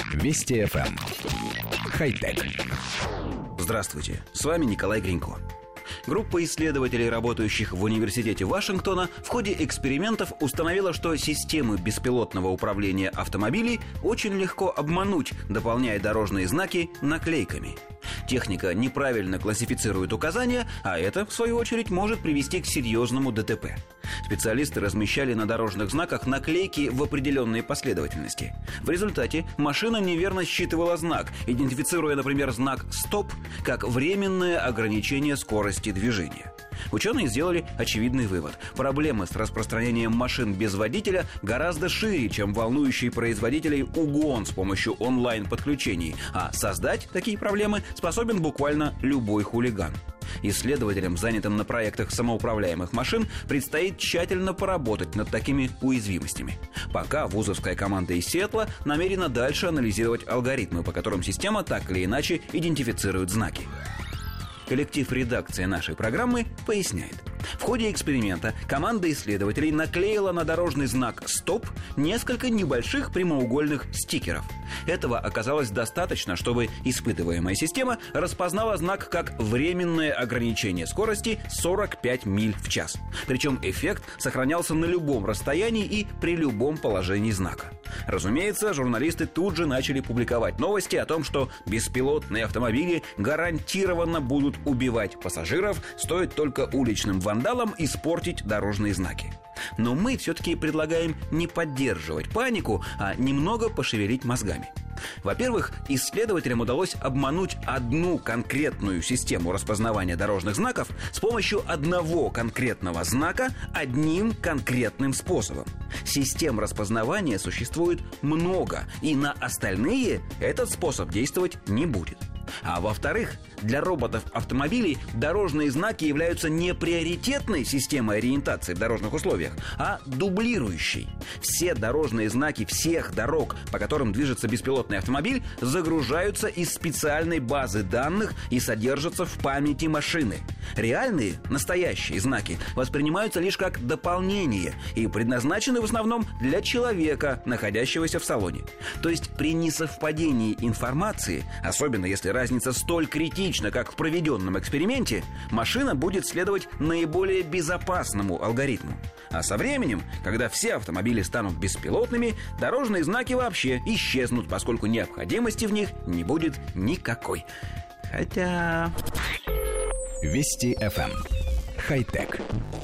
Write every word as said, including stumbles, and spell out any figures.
Вести эф эм. Хай-тек. Здравствуйте, с вами Николай Гринько. Группа исследователей, работающих в университете Вашингтона, в ходе экспериментов установила, что системы беспилотного управления автомобилей очень легко обмануть, дополняя дорожные знаки наклейками. Техника неправильно классифицирует указания, а это, в свою очередь, может привести к серьезному ДТП. Специалисты размещали на дорожных знаках наклейки в определенной последовательности. В результате машина неверно считывала знак, идентифицируя, например, знак «Стоп» как временное ограничение скорости движения. Ученые сделали очевидный вывод. Проблемы с распространением машин без водителя гораздо шире, чем волнующий производителей угон с помощью онлайн-подключений, а создать такие проблемы способен буквально любой хулиган. Исследователям, занятым на проектах самоуправляемых машин, предстоит тщательно поработать над такими уязвимостями. Пока вузовская команда из Сиэтла намерена дальше анализировать алгоритмы, по которым система так или иначе идентифицирует знаки. Коллектив редакции нашей программы поясняет. В ходе эксперимента команда исследователей наклеила на дорожный знак «Стоп» несколько небольших прямоугольных стикеров. Этого оказалось достаточно, чтобы испытываемая система распознала знак как временное ограничение скорости сорок пять миль в час. Причем эффект сохранялся на любом расстоянии и при любом положении знака. Разумеется, журналисты тут же начали публиковать новости о том, что беспилотные автомобили гарантированно будут убивать пассажиров, стоит только уличным вандалам испортить дорожные знаки. Но мы все-таки предлагаем не поддерживать панику, а немного пошевелить мозгами. Во-первых, исследователям удалось обмануть одну конкретную систему распознавания дорожных знаков с помощью одного конкретного знака одним конкретным способом. Систем распознавания существует много, и на остальные этот способ действовать не будет. А во-вторых, для роботов-автомобилей дорожные знаки являются не приоритетной системой ориентации в дорожных условиях, а дублирующей. Все дорожные знаки всех дорог, по которым движется беспилотный автомобиль, загружаются из специальной базы данных и содержатся в памяти машины. Реальные, настоящие знаки воспринимаются лишь как дополнение и предназначены в основном для человека, находящегося в салоне. То есть при несовпадении информации, особенно если разница столь критична, как в проведенном эксперименте, машина будет следовать наиболее безопасному алгоритму. А со временем, когда все автомобили станут беспилотными, дорожные знаки вообще исчезнут, поскольку необходимости в них не будет никакой. Хотя... Вести эф эм. Хай-тек.